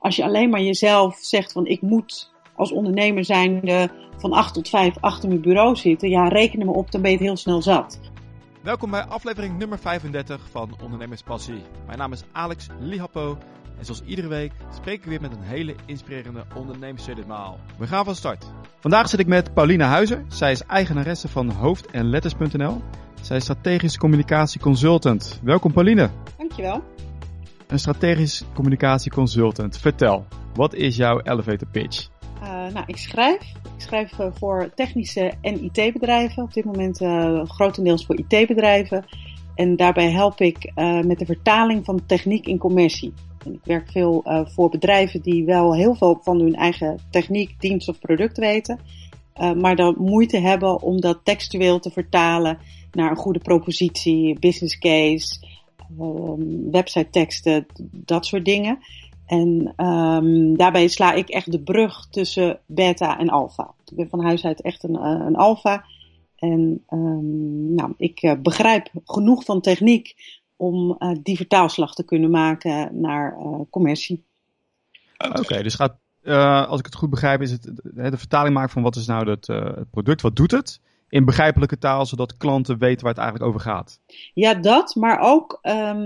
Als je alleen maar jezelf zegt van ik moet als ondernemer zijnde van 8 tot 5 achter mijn bureau zitten. Ja, reken me op, dan ben je het heel snel zat. Welkom bij aflevering nummer 35 van Ondernemerspassie. Mijn naam is Alex Lihapo en zoals iedere week spreek ik weer met een hele inspirerende onderneemster ditmaal. We gaan van start. Vandaag zit ik met Pauline Huizer. Zij is eigenaresse van hoofd- en letters.nl. Zij is strategisch communicatieconsultant. Welkom Pauline. Dankjewel. Een strategisch communicatieconsultant. Vertel, wat is jouw elevator pitch? Ik schrijf voor technische en IT-bedrijven. Op dit moment grotendeels voor IT-bedrijven. En daarbij help ik met de vertaling van techniek in commercie. En ik werk veel voor bedrijven die wel heel veel van hun eigen techniek, dienst of product weten. Maar dan moeite hebben om dat textueel te vertalen naar een goede propositie, business case, website teksten, dat soort dingen. En daarbij sla ik echt de brug tussen beta en alpha. Ik ben van huis uit echt een alpha. En ik begrijp genoeg van techniek om die vertaalslag te kunnen maken naar commercie. Oké, dus gaat, als ik het goed begrijp, is het de vertaling maken van wat is nou het product, wat doet het? In begrijpelijke taal, zodat klanten weten waar het eigenlijk over gaat. Ja, dat, maar ook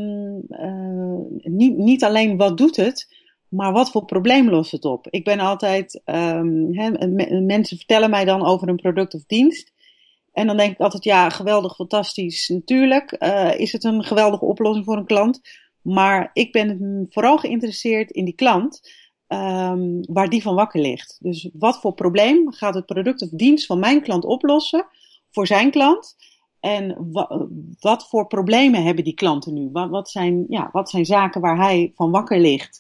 niet alleen wat doet het, maar wat voor probleem lost het op. Ik ben altijd, mensen vertellen mij dan over een product of dienst. En dan denk ik altijd, ja, geweldig, fantastisch. Natuurlijk is het een geweldige oplossing voor een klant. Maar ik ben vooral geïnteresseerd in die klant, waar die van wakker ligt. Dus wat voor probleem gaat het product of dienst van mijn klant oplossen voor zijn klant? En wat voor problemen hebben die klanten nu? Wat zijn zaken waar hij van wakker ligt?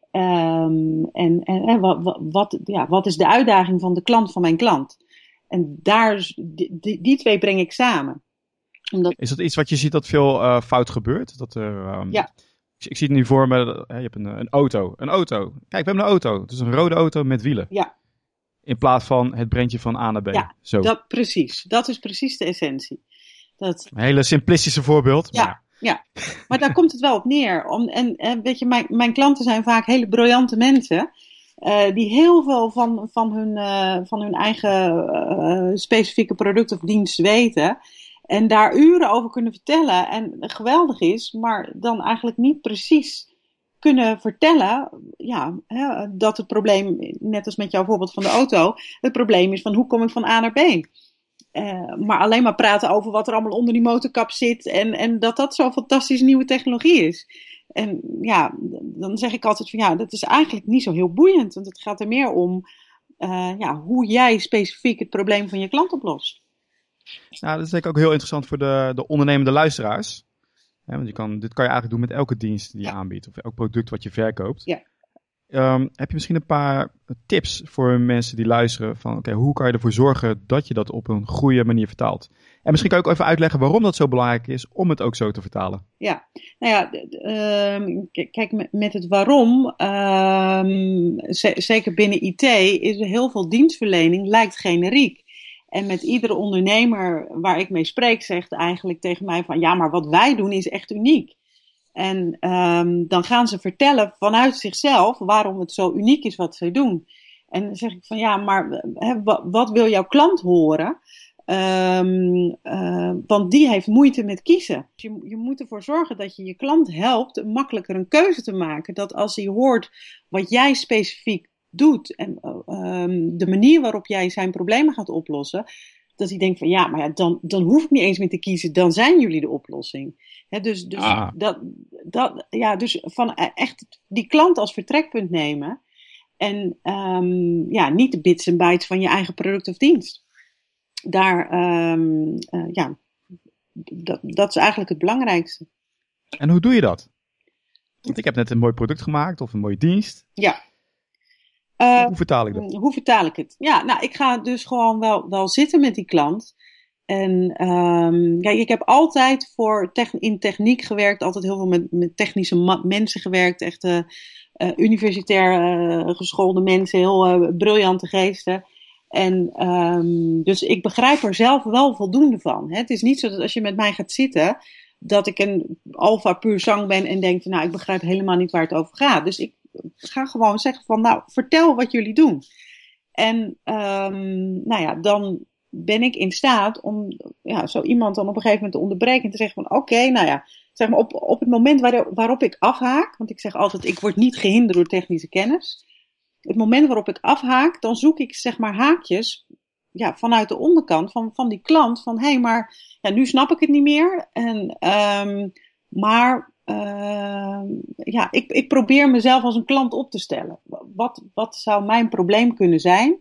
Wat is de uitdaging van de klant van mijn klant? En die twee breng ik samen. Is dat iets wat je ziet dat veel fout gebeurt? Ja. Ik zie het nu voor me, je hebt een auto. Een auto. Kijk, we hebben een auto. Het is een rode auto met wielen. Ja. In plaats van het brengt je van A naar B. Ja, zo. Precies. Dat is precies de essentie. Een hele simplistische voorbeeld. Ja. Maar daar komt het wel op neer. En weet je, mijn klanten zijn vaak hele briljante mensen. Die heel veel van hun eigen specifieke product of dienst weten. En daar uren over kunnen vertellen. En geweldig is, maar dan eigenlijk niet precies kunnen vertellen dat het probleem, net als met jouw voorbeeld van de auto, het probleem is van hoe kom ik van A naar B. Maar alleen maar praten over wat er allemaal onder die motorkap zit en dat zo'n fantastische nieuwe technologie is. En ja, dan zeg ik altijd van dat is eigenlijk niet zo heel boeiend. Want het gaat er meer om hoe jij specifiek het probleem van je klant oplost. Nou, dat is denk ik ook heel interessant voor de ondernemende luisteraars. Want dit kan je eigenlijk doen met elke dienst die je aanbiedt. Of elk product wat je verkoopt. Ja. Heb je misschien een paar tips voor mensen die luisteren van hoe kan je ervoor zorgen dat je dat op een goede manier vertaalt? En misschien kan je ook even uitleggen waarom dat zo belangrijk is om het ook zo te vertalen. Ja, kijk, met het waarom, zeker binnen IT, is er heel veel dienstverlening lijkt generiek. En met iedere ondernemer waar ik mee spreek zegt eigenlijk tegen mij van maar wat wij doen is echt uniek. En dan gaan ze vertellen vanuit zichzelf waarom het zo uniek is wat zij doen. En dan zeg ik van maar wat wil jouw klant horen? Want die heeft moeite met kiezen. Je moet ervoor zorgen dat je je klant helpt makkelijker een keuze te maken. Dat als hij hoort wat jij specifiek doet en de manier waarop jij zijn problemen gaat oplossen, dat hij denkt van dan hoef ik niet eens meer te kiezen, dan zijn jullie de oplossing. Dus van echt die klant als vertrekpunt nemen en niet de bits en bytes van je eigen product of dienst. Dat is eigenlijk het belangrijkste. En hoe doe je dat? Want ik heb net een mooi product gemaakt of een mooie dienst. Ja. Hoe vertaal ik dat? Hoe vertaal ik het? Ik ga dus gewoon wel zitten met die klant. En ik heb altijd in techniek gewerkt, altijd heel veel met technische mensen gewerkt, echt universitair geschoolde mensen, heel briljante geesten. En dus ik begrijp er zelf wel voldoende van. Het is niet zo dat als je met mij gaat zitten, dat ik een alfa puur zang ben en denk, ik begrijp helemaal niet waar het over gaat. Dus ga gewoon zeggen van, nou, vertel wat jullie doen. En dan ben ik in staat om zo iemand dan op een gegeven moment te onderbreken en te zeggen van, oké, zeg maar op het moment waarop ik afhaak, want ik zeg altijd, ik word niet gehinderd door technische kennis. Het moment waarop ik afhaak, dan zoek ik zeg maar haakjes vanuit de onderkant van die klant. Van maar nu snap ik het niet meer. Ik probeer mezelf als een klant op te stellen. Wat zou mijn probleem kunnen zijn?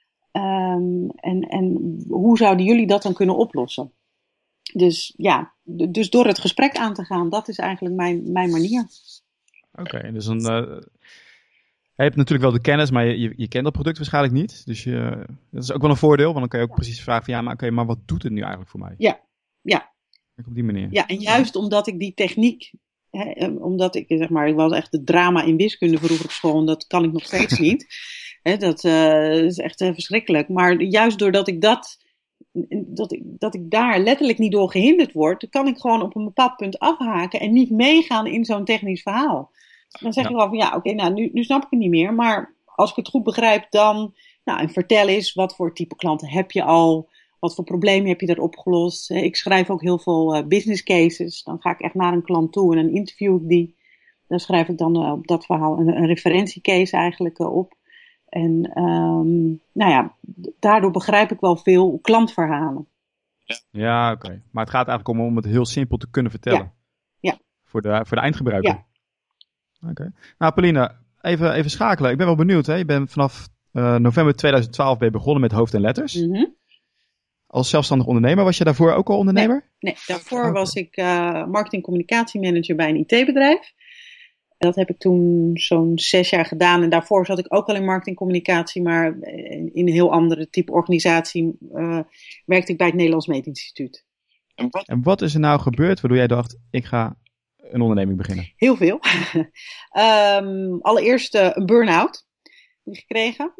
En hoe zouden jullie dat dan kunnen oplossen? Dus dus door het gesprek aan te gaan, dat is eigenlijk mijn manier. Oké, dus dan... Je hebt natuurlijk wel de kennis, maar je kent dat product waarschijnlijk niet. Dus dat is ook wel een voordeel, want dan kan je ook precies vragen van maar wat doet het nu eigenlijk voor mij? Ja. Op die manier. Ja, en juist omdat ik die techniek, omdat ik zeg maar, ik was echt de drama in wiskunde vroeger op school en dat kan ik nog steeds niet. Dat is echt verschrikkelijk. Maar juist doordat ik dat ik daar letterlijk niet door gehinderd word, kan ik gewoon op een bepaald punt afhaken en niet meegaan in zo'n technisch verhaal. Dan zeg je wel van nu snap ik het niet meer. Maar als ik het goed begrijp dan, en vertel eens, wat voor type klanten heb je al? Wat voor problemen heb je daar opgelost? Ik schrijf ook heel veel business cases. Dan ga ik echt naar een klant toe en dan interview ik die. Dan schrijf ik dan op dat verhaal een referentiecase eigenlijk op. En daardoor begrijp ik wel veel klantverhalen. Ja, oké. Maar het gaat eigenlijk om het heel simpel te kunnen vertellen. Ja. Voor de eindgebruiker. Ja. Oké. Nou, Pauline, even schakelen. Ik ben wel benieuwd. Hè? Je bent vanaf november 2012 begonnen met hoofd en letters. Mm-hmm. Als zelfstandig ondernemer. Was je daarvoor ook al ondernemer? Nee, daarvoor was ik marketing communicatiemanager bij een IT-bedrijf. Dat heb ik toen zo'n 6 jaar gedaan. En daarvoor zat ik ook al in marketing communicatie. Maar in een heel andere type organisatie werkte ik bij het Nederlands Meetinstituut. En wat is er nou gebeurd waardoor jij dacht, ik ga een onderneming beginnen? Heel veel. Allereerst een burn-out gekregen.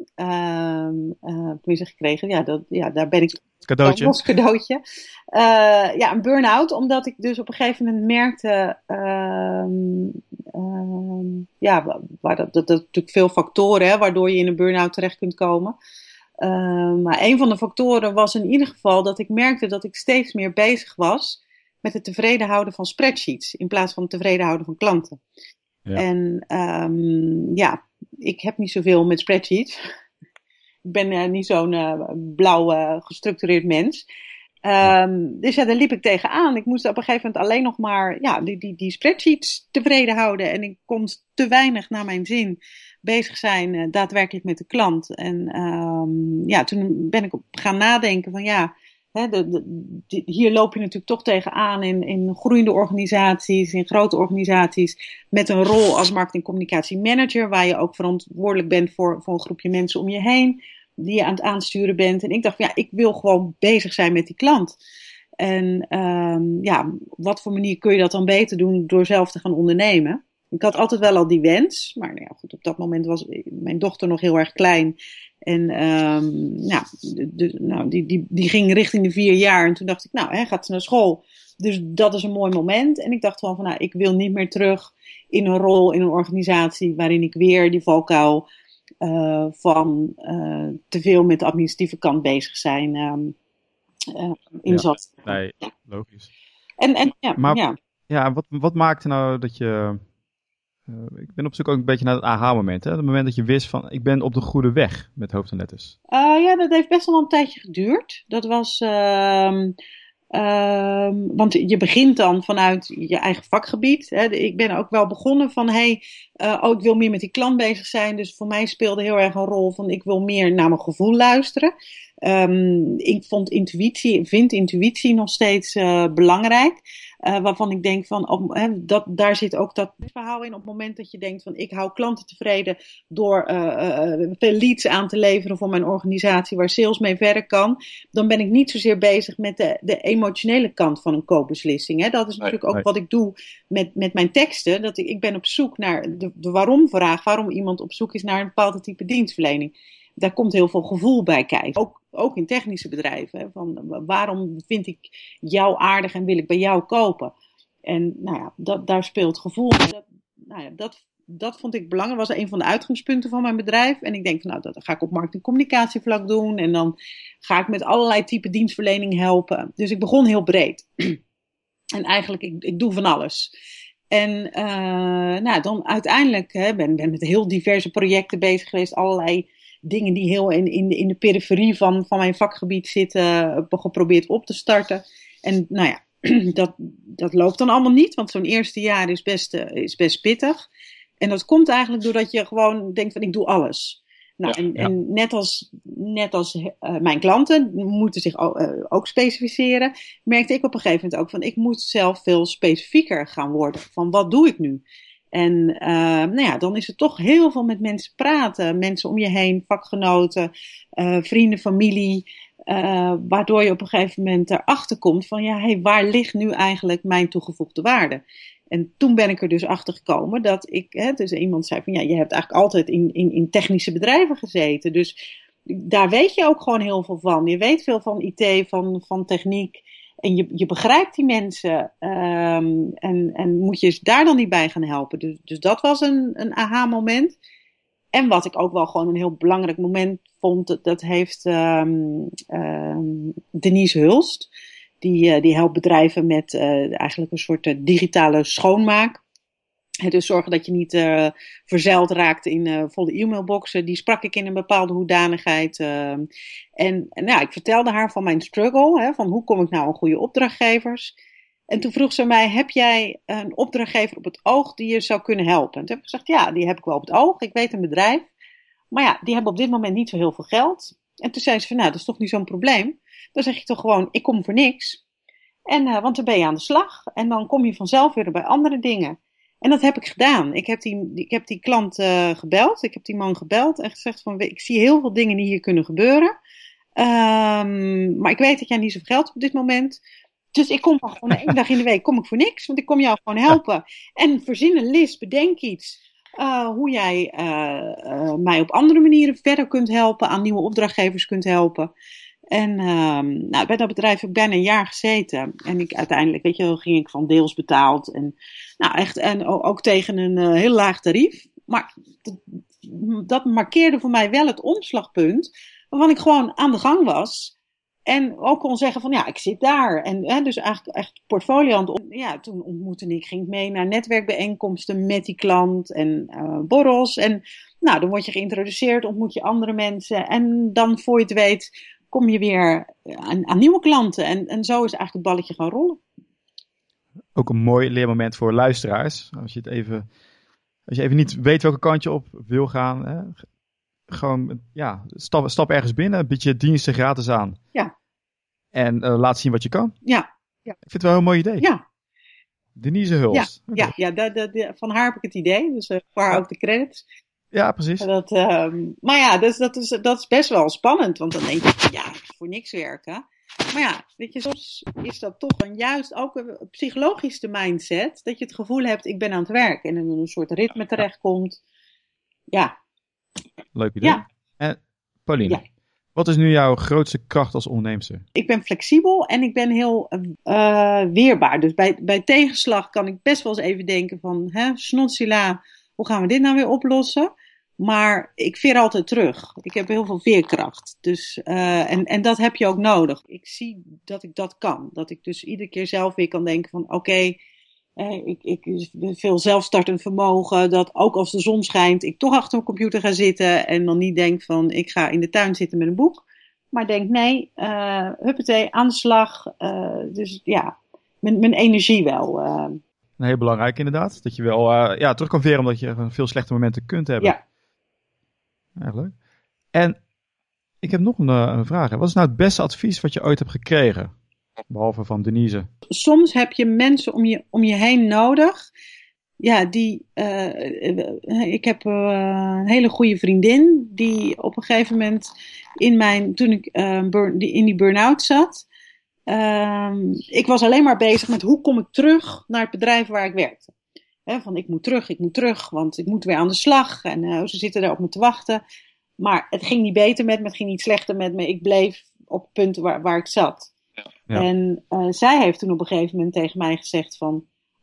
Daar ben ik... Cadeautje. Een cadeautje. Een burn-out, omdat ik dus op een gegeven moment merkte... dat natuurlijk veel factoren, hè, waardoor je in een burn-out terecht kunt komen. Maar een van de factoren was in ieder geval dat ik merkte dat ik steeds meer bezig was met het tevreden houden van spreadsheets, in plaats van het tevreden houden van klanten. Ja. En ik heb niet zoveel met spreadsheets. Ik ben niet zo'n blauw gestructureerd mens. Dus daar liep ik tegenaan. Ik moest op een gegeven moment alleen nog maar die spreadsheets tevreden houden. En ik kon te weinig naar mijn zin bezig zijn daadwerkelijk met de klant. En toen ben ik gaan nadenken van hier loop je natuurlijk toch tegenaan in groeiende organisaties, in grote organisaties, met een rol als marketing-communicatie-manager, waar je ook verantwoordelijk bent voor een groepje mensen om je heen, die je aan het aansturen bent. En ik dacht ik wil gewoon bezig zijn met die klant. En wat voor manier kun je dat dan beter doen door zelf te gaan ondernemen? Ik had altijd wel al die wens, maar goed, op dat moment was mijn dochter nog heel erg klein. En die ging richting de 4 jaar. En toen dacht ik, gaat ze naar school. Dus dat is een mooi moment. En ik dacht van ik wil niet meer terug in een rol in een organisatie waarin ik weer die valkuil van te veel met de administratieve kant bezig zijn inzat. Nee, logisch. Wat maakte nou dat je... ik ben op zoek ook een beetje naar het aha-moment. Hè? Het moment dat je wist van, ik ben op de goede weg met hoofd en letters. Dat heeft best wel een tijdje geduurd. Dat was... want je begint dan vanuit je eigen vakgebied. Hè. Ik ben ook wel begonnen van, ik wil meer met die klant bezig zijn. Dus voor mij speelde heel erg een rol van, ik wil meer naar mijn gevoel luisteren. Ik vind intuïtie nog steeds belangrijk. Waarvan ik denk van, daar zit ook dat verhaal in. Op het moment dat je denkt van, ik hou klanten tevreden door veel leads aan te leveren voor mijn organisatie waar sales mee verder kan. Dan ben ik niet zozeer bezig met de emotionele kant van een koopbeslissing. Hè. Dat is natuurlijk ook wat ik doe met mijn teksten. Dat ik ben op zoek naar de waarom-vraag. Waarom iemand op zoek is naar een bepaald type dienstverlening. Daar komt heel veel gevoel bij kijken. Ook in technische bedrijven. Hè, van waarom vind ik jou aardig en wil ik bij jou kopen? En daar speelt gevoel. dat vond ik belangrijk. Was een van de uitgangspunten van mijn bedrijf. En ik denk van nou, dat ga ik op marketing-communicatievlak doen. En dan ga ik met allerlei type dienstverlening helpen. Dus ik begon heel breed. En eigenlijk, ik doe van alles. En dan uiteindelijk ben met heel diverse projecten bezig geweest. Allerlei dingen die heel in de periferie van mijn vakgebied zitten, geprobeerd op te starten. En nou ja, dat loopt dan allemaal niet, want zo'n eerste jaar is best pittig. En dat komt eigenlijk doordat je gewoon denkt van ik doe alles. Nou, en net als mijn klanten moeten zich ook specificeren, merkte ik op een gegeven moment ook van ik moet zelf veel specifieker gaan worden. Van wat doe ik nu? En dan is het toch heel veel met mensen praten. Mensen om je heen, vakgenoten, vrienden, familie. Waardoor je op een gegeven moment erachter komt van waar ligt nu eigenlijk mijn toegevoegde waarde? En toen ben ik er dus achter gekomen dat dus iemand zei van je hebt eigenlijk altijd in technische bedrijven gezeten. Dus daar weet je ook gewoon heel veel van. Je weet veel van IT, van techniek. En je begrijpt die mensen. En moet je daar dan niet bij gaan helpen. Dus dat was een aha-moment. En wat ik ook wel gewoon een heel belangrijk moment vond, dat heeft Denise Hulst. Die helpt bedrijven met eigenlijk een soort digitale schoonmaak. Dus zorgen dat je niet verzeild raakt in volle e-mailboxen. Die sprak ik in een bepaalde hoedanigheid. Ik vertelde haar van mijn struggle. Van hoe kom ik nou aan goede opdrachtgevers. En toen vroeg ze mij, heb jij een opdrachtgever op het oog die je zou kunnen helpen? En toen heb ik gezegd, ja, die heb ik wel op het oog. Ik weet een bedrijf. Maar ja, die hebben op dit moment niet zo heel veel geld. En toen zei ze van, nou, dat is toch niet zo'n probleem. Dan zeg je toch gewoon, ik kom voor niks. Want dan ben je aan de slag. En dan kom je vanzelf weer bij andere dingen. En dat heb ik gedaan. Ik heb die klant gebeld. Ik heb die man gebeld en gezegd van, ik zie heel veel dingen die hier kunnen gebeuren. Maar ik weet dat jij niet zoveel geld hebt op dit moment. Dus ik kom gewoon 1 dag in de week kom ik voor niks. Want ik kom jou gewoon helpen. En verzin een list, bedenk iets. Hoe jij mij op andere manieren verder kunt helpen. Aan nieuwe opdrachtgevers kunt helpen. En bij dat bedrijf heb ik bijna een jaar gezeten. En uiteindelijk, ging ik van deels betaald. En echt, en ook tegen een heel laag tarief. Maar dat markeerde voor mij wel het omslagpunt. Waarvan ik gewoon aan de gang was. En ook kon zeggen van ik zit daar. En dus eigenlijk echt portfolio aan het toen ging ik mee naar netwerkbijeenkomsten met die klant. En borrels. En dan word je geïntroduceerd, ontmoet je andere mensen. En dan voor je het weet kom je weer aan nieuwe klanten. En zo is eigenlijk het balletje gaan rollen. Ook een mooi leermoment voor luisteraars. Als je even niet weet welke kant je op wil gaan. Hè, gewoon, stap ergens binnen. Bied je diensten gratis aan. Ja. En laat zien wat je kan. Ja. Ik vind het wel een mooi idee. Ja. Denise Hulst. Van haar heb ik het idee. Dus voor haar ook de credits. Ja, precies. Dat is best wel spannend. Want dan denk je, voor niks werken. Maar soms is dat toch juist ook een psychologische mindset. Dat je het gevoel hebt, ik ben aan het werk. En in een soort ritme terechtkomt. Ja. Leuk idee. Ja. En Pauline, wat is nu jouw grootste kracht als onderneemster? Ik ben flexibel en ik ben heel weerbaar. Dus bij tegenslag kan ik best wel eens even denken van, snotsila, hoe gaan we dit nou weer oplossen? Maar ik veer altijd terug. Ik heb heel veel veerkracht. Dus, en dat heb je ook nodig. Ik zie dat ik dat kan. Dat ik dus iedere keer zelf weer kan denken van oké, ik veel zelfstartend vermogen. Dat ook als de zon schijnt, ik toch achter mijn computer ga zitten. En dan niet denk van ik ga in de tuin zitten met een boek. Maar denk nee, huppatee, aan de slag. Dus ja, mijn energie wel. Heel belangrijk inderdaad. Dat je wel terug kan veren omdat je veel slechte momenten kunt hebben. Ja. Erg leuk. En ik heb nog een vraag. Wat is nou het beste advies wat je ooit hebt gekregen? Behalve van Denise. Soms heb je mensen om je heen nodig. Ja, ik heb een hele goede vriendin die op een gegeven moment toen ik in die burn-out zat. Ik was alleen maar bezig met hoe kom ik terug naar het bedrijf waar ik werkte. Van ik moet terug, want ik moet weer aan de slag. En ze zitten daar op me te wachten. Maar het ging niet beter met me, het ging niet slechter met me. Ik bleef op het punt waar ik zat. Ja. En zij heeft toen op een gegeven moment tegen mij gezegd van,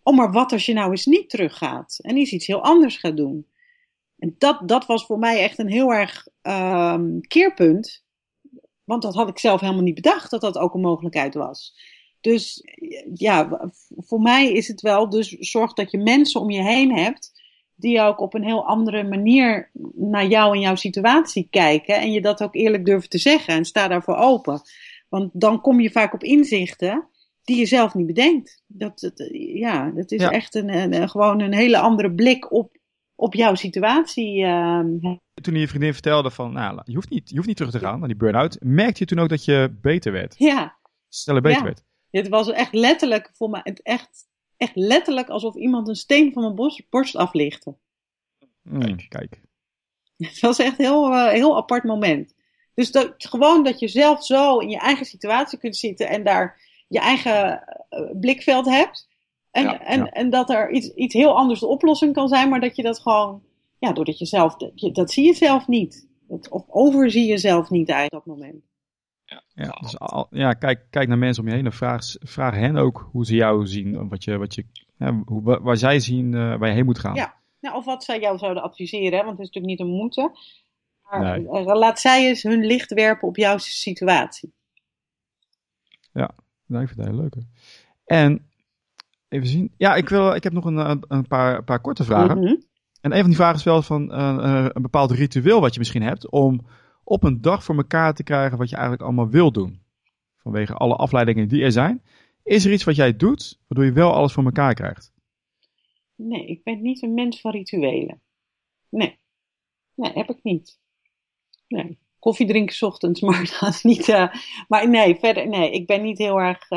oh, maar wat als je nou eens niet teruggaat en eens iets heel anders gaat doen? En dat was voor mij echt een heel erg keerpunt. Want dat had ik zelf helemaal niet bedacht, dat ook een mogelijkheid was. Dus ja, voor mij is het wel, dus zorg dat je mensen om je heen hebt die ook op een heel andere manier naar jou en jouw situatie kijken. En je dat ook eerlijk durven te zeggen en sta daarvoor open. Want dan kom je vaak op inzichten die je zelf niet bedenkt. Dat is echt gewoon een hele andere blik op jouw situatie. Toen je vriendin vertelde van, nou, je hoeft niet terug te gaan naar die burn-out. Merkte je toen ook dat je beter werd? Ja. Sneller beter werd? Het was echt letterlijk voor mij, echt letterlijk alsof iemand een steen van mijn borst aflichtte. Kijk. Het was echt een heel apart moment. Dus gewoon dat je zelf zo in je eigen situatie kunt zitten en daar je eigen blikveld hebt. En dat er iets heel anders de oplossing kan zijn, maar dat je dat gewoon, ja, doordat je zelf, dat zie je zelf niet. Of overzie je zelf niet eigenlijk op dat moment. Dus kijk naar mensen om je heen en vraag hen ook hoe ze jou zien. Waar zij zien waar je heen moet gaan. Ja, nou, of wat zij jou zouden adviseren, hè? Want het is natuurlijk niet een moeten. Maar laat zij eens hun licht werpen op jouw situatie. Ja, ik vind het heel leuk. En even zien. Ja, ik heb nog een paar korte vragen. Mm-hmm. En een van die vragen is wel van een bepaald ritueel wat je misschien hebt om op een dag voor elkaar te krijgen wat je eigenlijk allemaal wil doen. Vanwege alle afleidingen die er zijn. Is er iets wat jij doet, waardoor je wel alles voor elkaar krijgt? Nee, ik ben niet een mens van rituelen. Nee, heb ik niet. Nee, koffie drinken 's ochtends, maar dat is niet. Maar nee, verder, nee, ik ben niet heel erg.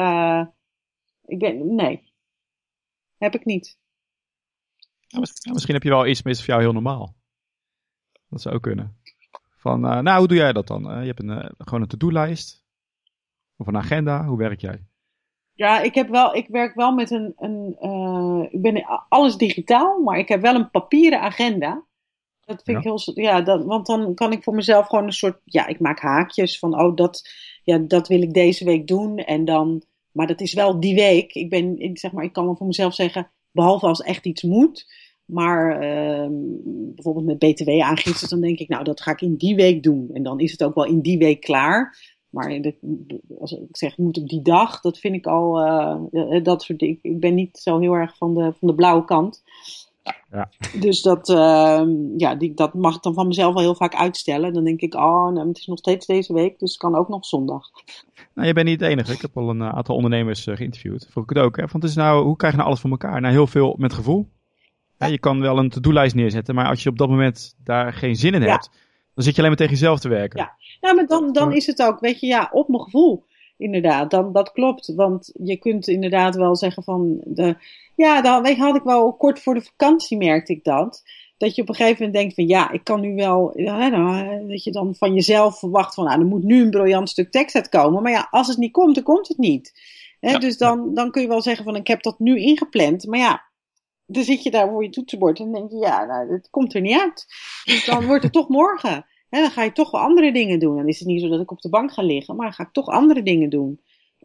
Nee, heb ik niet. Misschien heb je wel iets, maar is het voor jou heel normaal. Dat zou ook kunnen. Van, hoe doe jij dat dan? Je hebt gewoon een to-do-lijst. Of een agenda. Hoe werk jij? Ja, ik werk wel met ik ben alles digitaal, maar ik heb wel een papieren agenda. Dat vind ik heel, want dan kan ik voor mezelf gewoon een soort, ik maak haakjes van, dat wil ik deze week doen. En dan, maar dat is wel die week. Ik kan wel voor mezelf zeggen, behalve als echt iets moet. Maar bijvoorbeeld met BTW-aangiftes, dan denk ik, nou, dat ga ik in die week doen. En dan is het ook wel in die week klaar. Maar als ik zeg, moet op die dag, dat vind ik al, dat soort dingen. Ik ben niet zo heel erg van de blauwe kant. Ja. Dus dat mag ik dan van mezelf wel heel vaak uitstellen. Dan denk ik, het is nog steeds deze week, dus het kan ook nog zondag. Nou, je bent niet de enige. Ik heb al een aantal ondernemers geïnterviewd. Vroeg ik het ook. Hè? Want het is nou, hoe krijg je nou alles voor elkaar? Nou, heel veel met gevoel. Ja, je kan wel een to-do-lijst neerzetten, maar als je op dat moment daar geen zin in hebt, dan zit je alleen maar tegen jezelf te werken. Ja, maar dan is het ook, weet je, op mijn gevoel. Inderdaad, dat klopt. Want je kunt inderdaad wel zeggen van, had ik wel kort voor de vakantie merkte ik dat. Dat je op een gegeven moment denkt van, ik kan nu wel, dat je dan van jezelf verwacht van, er moet nu een briljant stuk tekst uitkomen. Maar als het niet komt, dan komt het niet. Dus dan kun je wel zeggen van, ik heb dat nu ingepland. Maar dan zit je daar voor je toetsenbord en dan denk je, het komt er niet uit. Dus dan wordt het toch morgen. Dan ga je toch wel andere dingen doen. Dan is het niet zo dat ik op de bank ga liggen, maar dan ga ik toch andere dingen doen.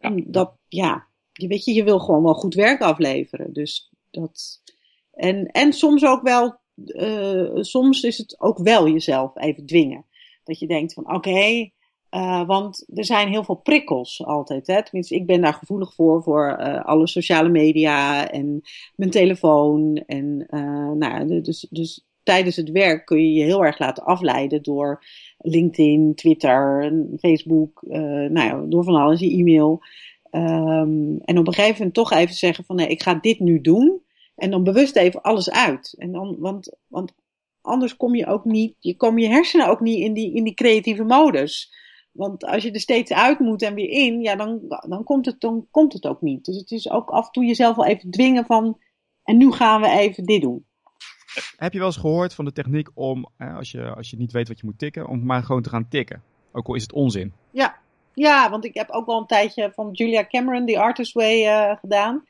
Je wil gewoon wel goed werk afleveren. Dus dat. En soms ook wel, soms is het ook wel jezelf even dwingen. Dat je denkt van oké, want er zijn heel veel prikkels altijd. Hè? Tenminste, ik ben daar gevoelig voor alle sociale media en mijn telefoon. En dus tijdens het werk kun je je heel erg laten afleiden door LinkedIn, Twitter, Facebook, door van alles, je e-mail. En op een gegeven moment toch even zeggen van nee, ik ga dit nu doen. En dan bewust even alles uit. En dan, want anders kom je hersenen ook niet in die creatieve modus. Want als je er steeds uit moet en weer in, dan komt het ook niet. Dus het is ook af en toe jezelf wel even dwingen van, en nu gaan we even dit doen. Heb je wel eens gehoord van de techniek om, als je niet weet wat je moet tikken, om maar gewoon te gaan tikken? Ook al is het onzin. Ja, want ik heb ook wel een tijdje van Julia Cameron, The Artist Way, gedaan.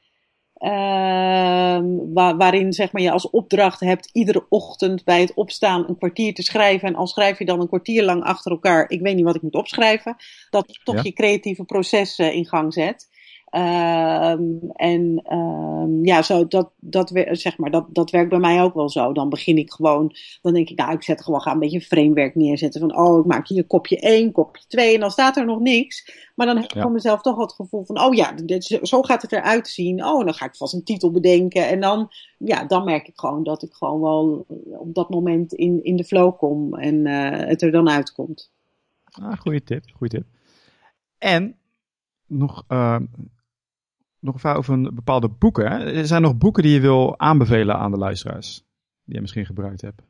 Waarin zeg maar, je als opdracht hebt iedere ochtend bij het opstaan een kwartier te schrijven. En al schrijf je dan een kwartier lang achter elkaar, ik weet niet wat ik moet opschrijven. Dat toch je creatieve proces in gang zet. Dat werkt bij mij ook wel zo. Dan begin ik gewoon, dan denk ik, ik zet gewoon, ga een beetje een framework neerzetten van, ik maak hier kopje 1, kopje 2 en dan staat er nog niks. Maar dan heb ik van mezelf toch het gevoel van, zo gaat het eruit zien. Dan ga ik vast een titel bedenken en dan merk ik gewoon dat ik gewoon wel op dat moment in de flow kom en het er dan uitkomt. Goeie tip. En nog een vraag over bepaalde boeken. Hè? Er zijn nog boeken die je wil aanbevelen aan de luisteraars, die je misschien gebruikt hebt.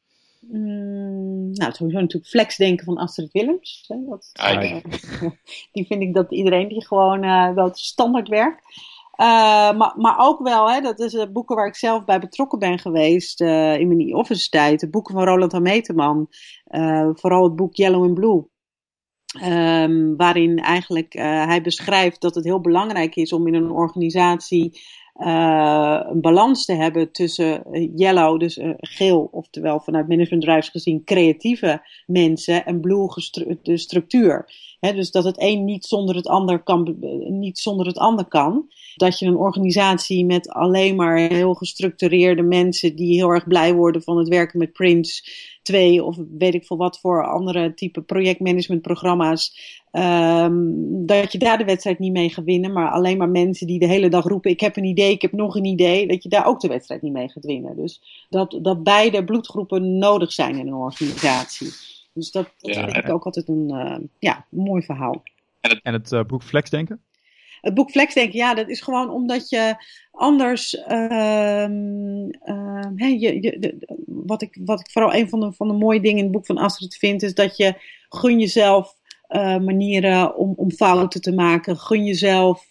Sowieso natuurlijk Flexdenken van Astrid Willems. Hè? Die vind ik dat iedereen die gewoon wel standaard werkt. Maar ook wel, hè, dat is boeken waar ik zelf bij betrokken ben geweest in mijn e-office tijd. De boeken van Roland Hameteman. Vooral het boek Yellow and Blue. Waarin eigenlijk hij beschrijft dat het heel belangrijk is om in een organisatie een balans te hebben tussen yellow, dus geel, oftewel vanuit management drives gezien creatieve mensen, en blue, de structuur. Dus dat het een niet zonder het ander kan. Dat je een organisatie met alleen maar heel gestructureerde mensen die heel erg blij worden van het werken met Prince 2 of weet ik veel wat voor andere type projectmanagementprogramma's, dat je daar de wedstrijd niet mee gaat winnen, maar alleen maar mensen die de hele dag roepen, ik heb een idee, ik heb nog een idee, dat je daar ook de wedstrijd niet mee gaat winnen. Dus dat beide bloedgroepen nodig zijn in een organisatie. Dus dat vind ik ook altijd een mooi verhaal. En het boek Flexdenken? Het boek Flexdenken, dat is gewoon omdat je anders, wat ik vooral een van de mooie dingen in het boek van Astrid vind, is dat je gun jezelf manieren om fouten te maken. Gun jezelf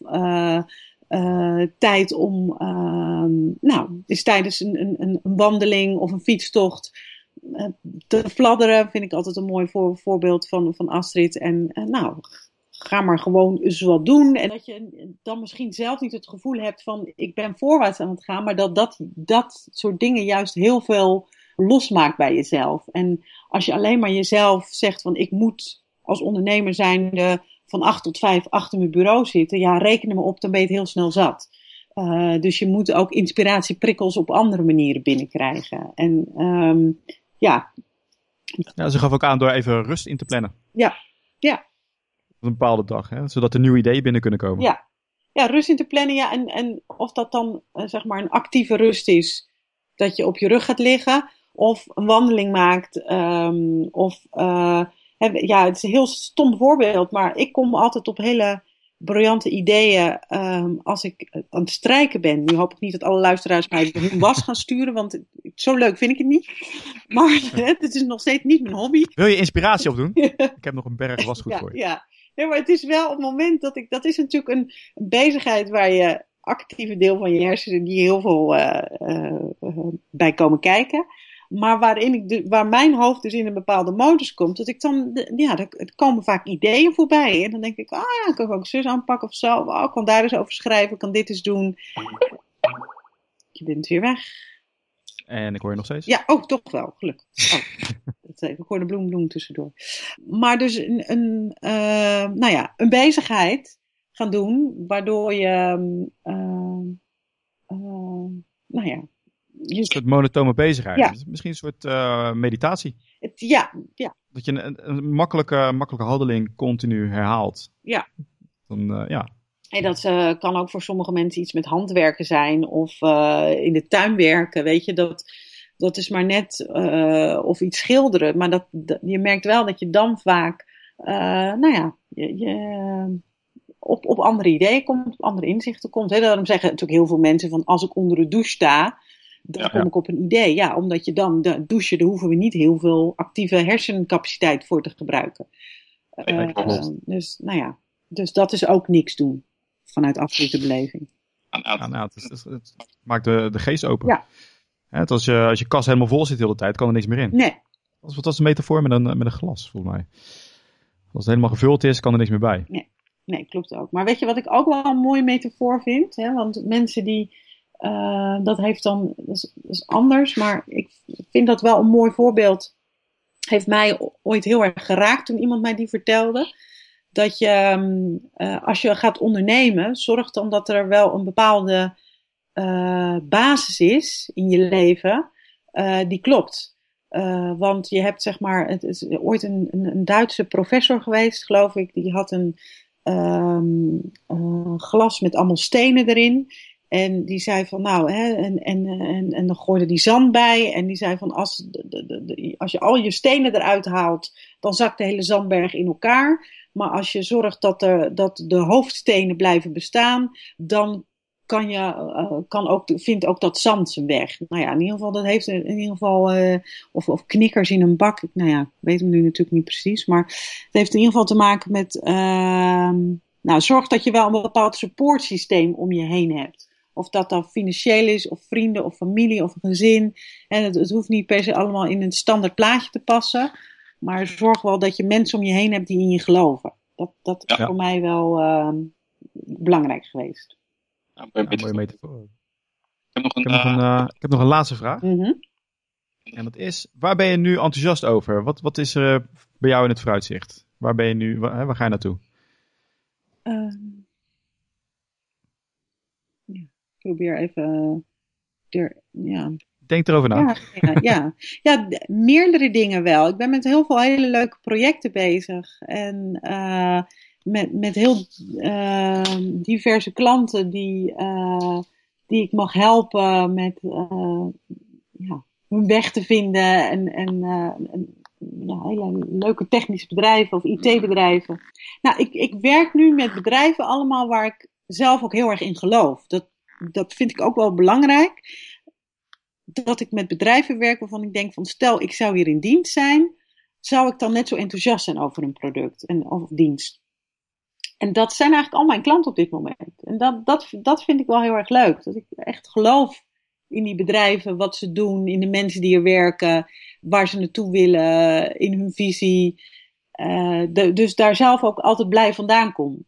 tijd om, is tijdens een wandeling of een fietstocht te fladderen, vind ik altijd een mooi voorbeeld van Astrid. En ga maar gewoon eens wat doen. En dat je dan misschien zelf niet het gevoel hebt van, ik ben voorwaarts aan het gaan, maar dat soort dingen juist heel veel losmaakt bij jezelf. En als je alleen maar jezelf zegt van, ik moet als ondernemer zijnde van 8 tot 5 achter mijn bureau zitten, reken me op, dan ben je het heel snel zat. Dus je moet ook inspiratieprikkels op andere manieren binnenkrijgen. En ze gaf ook aan door even rust in te plannen. Ja. Op een bepaalde dag, hè? Zodat er nieuwe ideeën binnen kunnen komen. Ja, rust in te plannen, en of dat dan zeg maar een actieve rust is, dat je op je rug gaat liggen, of een wandeling maakt, het is een heel stom voorbeeld, maar ik kom altijd op hele briljante ideeën als ik aan het strijken ben. Nu hoop ik niet dat alle luisteraars mij hun was gaan sturen, want zo leuk vind ik het niet. Maar het is nog steeds niet mijn hobby. Wil je inspiratie opdoen? Ik heb nog een berg wasgoed voor je. Ja. Nee, maar het is wel het moment dat is natuurlijk een bezigheid waar je actieve deel van je hersenen die heel veel bij komen kijken. Maar waar mijn hoofd dus in een bepaalde modus komt, dat ik dan, er komen vaak ideeën voorbij. En dan denk ik, kan ik ook zus aanpakken of zo. Ik kan daar eens over schrijven, ik kan dit eens doen. Je bent weer weg. En ik hoor je nog steeds. Ja, toch wel, gelukkig. Ik hoor de bloem tussendoor. Maar dus een bezigheid gaan doen, waardoor je, een soort monotone bezigheid. Ja. Misschien een soort meditatie. Ja. Dat je een makkelijke handeling continu herhaalt. Ja. Dan, En dat kan ook voor sommige mensen iets met handwerken zijn of in de tuin werken, weet je. Dat is maar net of iets schilderen. Maar je merkt wel dat je dan vaak op andere ideeën komt, op andere inzichten komt. Hè. Daarom zeggen natuurlijk heel veel mensen van, als ik onder de douche sta, dan kom ik op een idee. Ja, omdat je dan douchen, daar hoeven we niet heel veel actieve hersencapaciteit voor te gebruiken. Dus dat is ook niks doen vanuit absolute beleving. Het maakt de geest open. Ja. Als je kast helemaal vol zit de hele tijd, kan er niks meer in. Nee. Dat is een metafoor met een glas, volgens mij. Als het helemaal gevuld is, kan er niks meer bij. Nee, klopt ook. Maar weet je wat ik ook wel een mooie metafoor vind? Hè? Want mensen die, dat is anders, maar ik vind dat wel een mooi voorbeeld. Heeft mij ooit heel erg geraakt toen iemand mij die vertelde. dat je, als je gaat ondernemen, zorg dan dat er wel een bepaalde basis is in je leven die klopt. Want je hebt zeg maar, het is ooit een Duitse professor geweest, geloof ik, die had een glas met allemaal stenen erin. En die zei van nou, hè, en dan gooide die zand bij. En die zei van als je al je stenen eruit haalt, dan zakt de hele zandberg in elkaar. Maar als je zorgt dat de hoofdstenen blijven bestaan, dan vindt ook dat zand zijn weg. Nou ja, in ieder geval, dat heeft in ieder geval, of knikkers in een bak. Nou ja, ik weet hem nu natuurlijk niet precies. Maar het heeft in ieder geval te maken met, zorg dat je wel een bepaald supportsysteem om je heen hebt. Of dat dan financieel is, of vrienden, of familie, of een gezin. En het hoeft niet per se allemaal in een standaard plaatje te passen. Maar zorg wel dat je mensen om je heen hebt die in je geloven. Dat is voor mij wel belangrijk geweest. Mooie metafoor. Ik heb nog een laatste vraag. Mm-hmm. En dat is, waar ben je nu enthousiast over? Wat is er bij jou in het vooruitzicht? Waar ben je nu, waar ga je naartoe? Ik probeer even... Denk erover na. Ja, meerdere dingen wel. Ik ben met heel veel hele leuke projecten bezig. En met heel diverse klanten die ik mag helpen met hun weg te vinden. En hele leuke technische bedrijven of IT-bedrijven. Nou, ik werk nu met bedrijven allemaal waar ik zelf ook heel erg in geloof. Dat vind ik ook wel belangrijk. Dat ik met bedrijven werk waarvan ik denk van stel ik zou hier in dienst zijn, zou ik dan net zo enthousiast zijn over een product of dienst. En dat zijn eigenlijk al mijn klanten op dit moment. En dat vind ik wel heel erg leuk. Dat ik echt geloof in die bedrijven, wat ze doen, in de mensen die er werken, waar ze naartoe willen, in hun visie. Dus daar zelf ook altijd blij vandaan kom.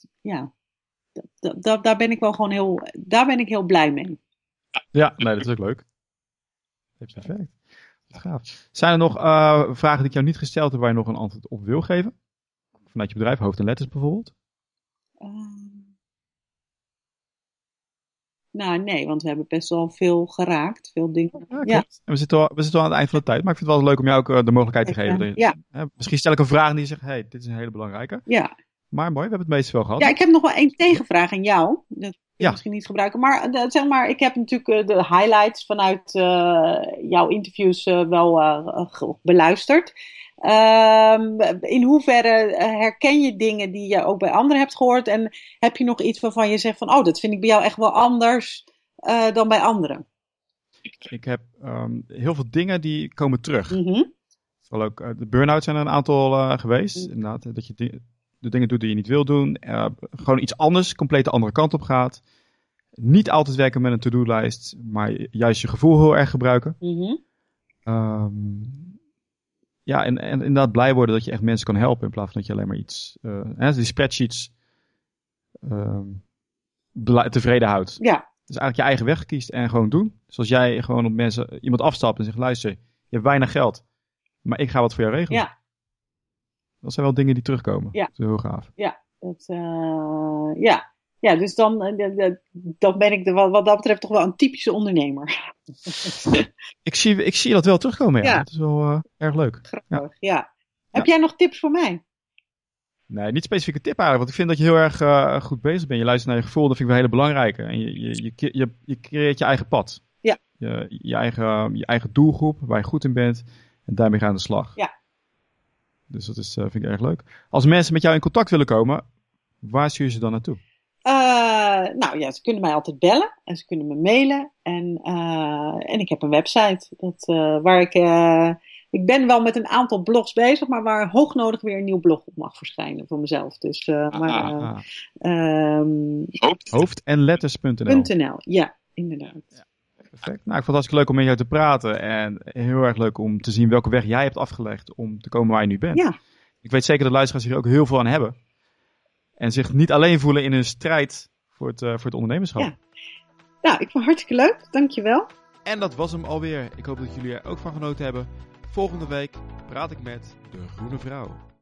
Daar ben ik wel gewoon heel blij mee. Ja, nee, dat is ook leuk. Perfect. Gaaf. Zijn er nog vragen die ik jou niet gesteld heb waar je nog een antwoord op wil geven? Vanuit je bedrijf, hoofd en letters bijvoorbeeld? Nou, nee, want we hebben best wel veel geraakt. Veel dingen. Ja. En we zitten al aan het eind van de tijd. Maar ik vind het wel leuk om jou ook de mogelijkheid te geven. Misschien stel ik een vraag en die zegt, hey, dit is een hele belangrijke. Ja. Maar mooi, we hebben het meeste wel gehad. Ja, ik heb nog wel één tegenvraag aan jou. Dat misschien niet gebruiken. Maar zeg maar, ik heb natuurlijk de highlights vanuit jouw interviews wel beluisterd. In hoeverre herken je dingen die je ook bij anderen hebt gehoord? En heb je nog iets waarvan je zegt van, dat vind ik bij jou echt wel anders dan bij anderen? Ik heb heel veel dingen die komen terug. Mm-hmm. Vooral ook de burn-out zijn er een aantal geweest. Mm-hmm. Inderdaad, dat je de dingen doet die je niet wil doen. Gewoon iets anders, compleet de andere kant op gaat. Niet altijd werken met een to-do-lijst, maar juist je gevoel heel erg gebruiken. Mm-hmm. En inderdaad blij worden dat je echt mensen kan helpen in plaats van dat je alleen maar iets, die spreadsheets tevreden houdt. Ja. Dus eigenlijk je eigen weg kiest en gewoon doen. Zoals jij gewoon op iemand afstapt en zegt, luister, je hebt weinig geld, maar ik ga wat voor jou regelen. Ja. Dat zijn wel dingen die terugkomen. Ja. Dat is heel gaaf. Ja, Ja, dus dan ben ik wat dat betreft toch wel een typische ondernemer. Ik zie dat wel terugkomen, ja. Dat is wel erg leuk. Grappig, ja. Heb jij nog tips voor mij? Nee, niet specifieke tip eigenlijk, want ik vind dat je heel erg goed bezig bent. Je luistert naar je gevoel, dat vind ik wel een hele belangrijke. En je creëert je eigen pad. Ja. Je eigen doelgroep, waar je goed in bent. En daarmee ga je aan de slag. Ja. Dus dat vind ik erg leuk. Als mensen met jou in contact willen komen, waar stuur je ze dan naartoe? Ze kunnen mij altijd bellen en ze kunnen me mailen. En ik heb een website waar ik ben wel met een aantal blogs bezig, maar waar hoognodig weer een nieuw blog op mag verschijnen voor mezelf. Dus, hoofd en letters.nl. Ja, inderdaad. Ja. Perfect. Nou, ik vond het hartstikke leuk om met jou te praten. En heel erg leuk om te zien welke weg jij hebt afgelegd om te komen waar je nu bent. Ja. Ik weet zeker dat luisteraars hier ook heel veel aan hebben. En zich niet alleen voelen in hun strijd voor het ondernemerschap. Ja. Nou, ik vond het hartstikke leuk. Dankjewel. En dat was hem alweer. Ik hoop dat jullie er ook van genoten hebben. Volgende week praat ik met de Groene Vrouw.